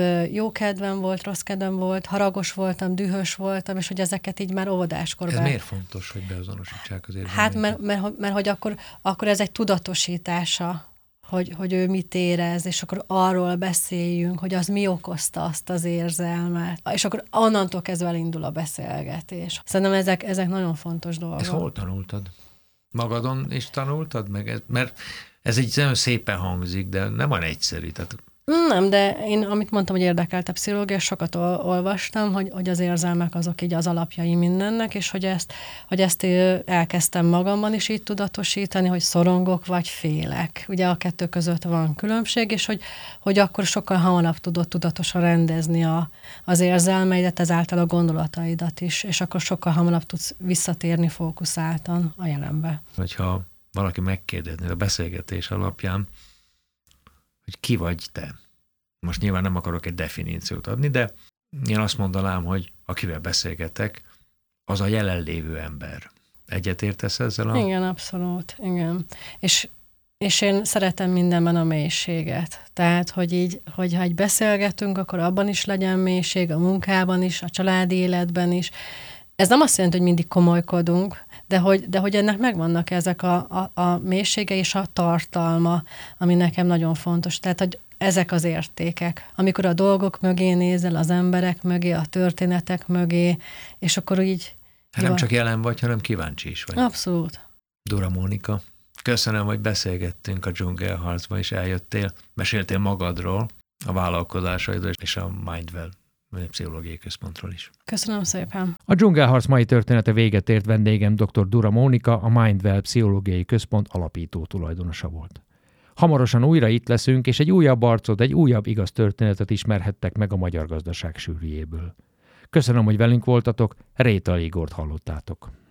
jó kedvem volt, rossz kedvem volt, haragos voltam, dühös voltam, és hogy ezeket így már óvodáskorban. Ez miért fontos, hogy beazonosítsák az érzelmeket? Hát mert hogy akkor ez egy tudatosítása, hogy ő mit érez, és akkor arról beszéljünk, hogy az mi okozta azt az érzelmet. És akkor onnantól kezdve elindul a beszélgetés. Szerintem ezek nagyon fontos dolgok. Ezt hol tanultad? Magadon is tanultad meg? Mert ez egy nagyon szépen hangzik, de nem olyan egyszerű. Tehát... Nem, de én, amit mondtam, hogy érdekelt a pszichológia, sokat olvastam, hogy az érzelmek azok így az alapjai mindennek, és hogy ezt elkezdtem magamban is így tudatosítani, hogy szorongok vagy félek. Ugye a kettő között van különbség, és hogy akkor sokkal hamarabb tudod tudatosan rendezni az érzelmeidet, ezáltal a gondolataidat is, és akkor sokkal hamarabb tudsz visszatérni fókuszáltan a jelenbe. Hogyha valaki megkérdezné a beszélgetés alapján, hogy ki vagy te. Most nyilván nem akarok egy definíciót adni, de én azt mondanám, hogy akivel beszélgetek, az a jelenlévő ember. Egyetértesz ezzel? Igen, abszolút, igen. És én szeretem mindenben a mélységet. Tehát, hogyha egy beszélgetünk, akkor abban is legyen mélység, a munkában is, a családi életben is. Ez nem azt jelenti, hogy mindig komolykodunk, de hogy ennek megvannak ezek a mélysége és a tartalma, ami nekem nagyon fontos. Tehát, hogy ezek az értékek, amikor a dolgok mögé nézel, az emberek mögé, a történetek mögé, és akkor így... Hát nem csak jelen vagy, hanem kíváncsi is vagy. Abszolút. Dura Mónika, köszönöm, hogy beszélgettünk a Dzsungelharcban, és eljöttél, meséltél magadról, a vállalkozásaidról és a Mindwell Pszichológiai Központról is. Köszönöm szépen. A Dzsungelharc mai története véget ért, vendégem dr. Dura Mónika, a Mindwell Pszichológiai Központ alapító tulajdonosa volt. Hamarosan újra itt leszünk, és egy újabb arcot, egy újabb igaz történetet ismerhettek meg a magyar gazdaság sűrűjéből. Köszönöm, hogy velünk voltatok, Rétal Igort hallottátok.